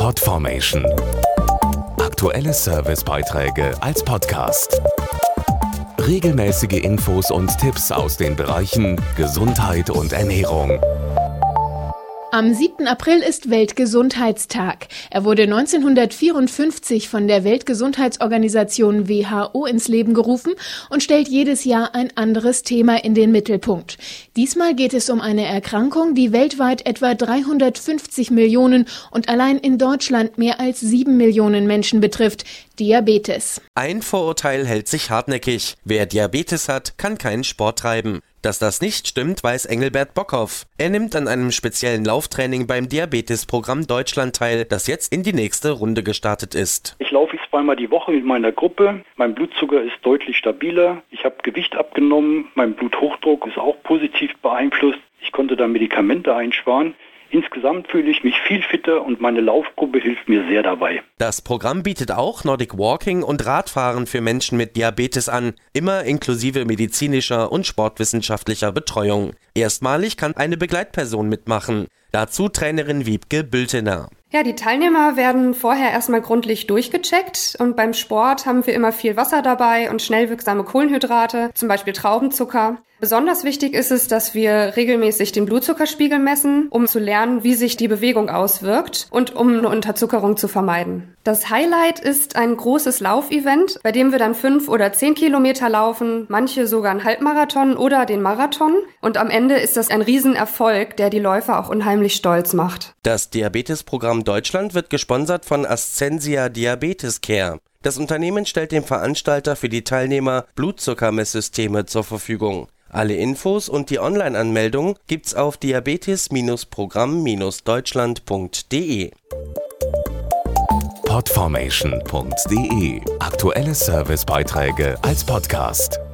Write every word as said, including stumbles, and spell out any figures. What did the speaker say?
Podformation. Aktuelle Servicebeiträge als Podcast. Regelmäßige Infos und Tipps aus den Bereichen Gesundheit und Ernährung. Am siebten April ist Weltgesundheitstag. Er wurde neunzehnhundertvierundfünfzig von der Weltgesundheitsorganisation W H O ins Leben gerufen und stellt jedes Jahr ein anderes Thema in den Mittelpunkt. Diesmal geht es um eine Erkrankung, die weltweit etwa dreihundertfünfzig Millionen und allein in Deutschland mehr als sieben Millionen Menschen betrifft: Diabetes. Ein Vorurteil hält sich hartnäckig. Wer Diabetes hat, kann keinen Sport treiben. Dass das nicht stimmt, weiß Engelbert Bockhoff. Er nimmt an einem speziellen Lauftraining beim Diabetesprogramm Deutschland teil, das jetzt in die nächste Runde gestartet ist. Ich laufe zweimal die Woche mit meiner Gruppe. Mein Blutzucker ist deutlich stabiler. Ich habe Gewicht abgenommen. Mein Bluthochdruck ist auch positiv beeinflusst. Ich konnte da Medikamente einsparen. Insgesamt fühle ich mich viel fitter und meine Laufgruppe hilft mir sehr dabei. Das Programm bietet auch Nordic Walking und Radfahren für Menschen mit Diabetes an, immer inklusive medizinischer und sportwissenschaftlicher Betreuung. Erstmalig kann eine Begleitperson mitmachen. Dazu Trainerin Wiebke Bültener. Ja, die Teilnehmer werden vorher erstmal gründlich durchgecheckt und beim Sport haben wir immer viel Wasser dabei und schnell wirksame Kohlenhydrate, zum Beispiel Traubenzucker. Besonders wichtig ist es, dass wir regelmäßig den Blutzuckerspiegel messen, um zu lernen, wie sich die Bewegung auswirkt und um eine Unterzuckerung zu vermeiden. Das Highlight ist ein großes Laufevent, bei dem wir dann fünf oder zehn Kilometer laufen, manche sogar einen Halbmarathon oder den Marathon. Und am Ende ist das ein Riesenerfolg, der die Läufer auch unheimlich stolz macht. Das Diabetesprogramm Deutschland wird gesponsert von Ascensia Diabetes Care. Das Unternehmen stellt dem Veranstalter für die Teilnehmer Blutzuckermesssysteme zur Verfügung. Alle Infos und die Online-Anmeldung gibt's auf diabetes Programm Deutschland punkt de. Podformation punkt de. Aktuelle Servicebeiträge als Podcast.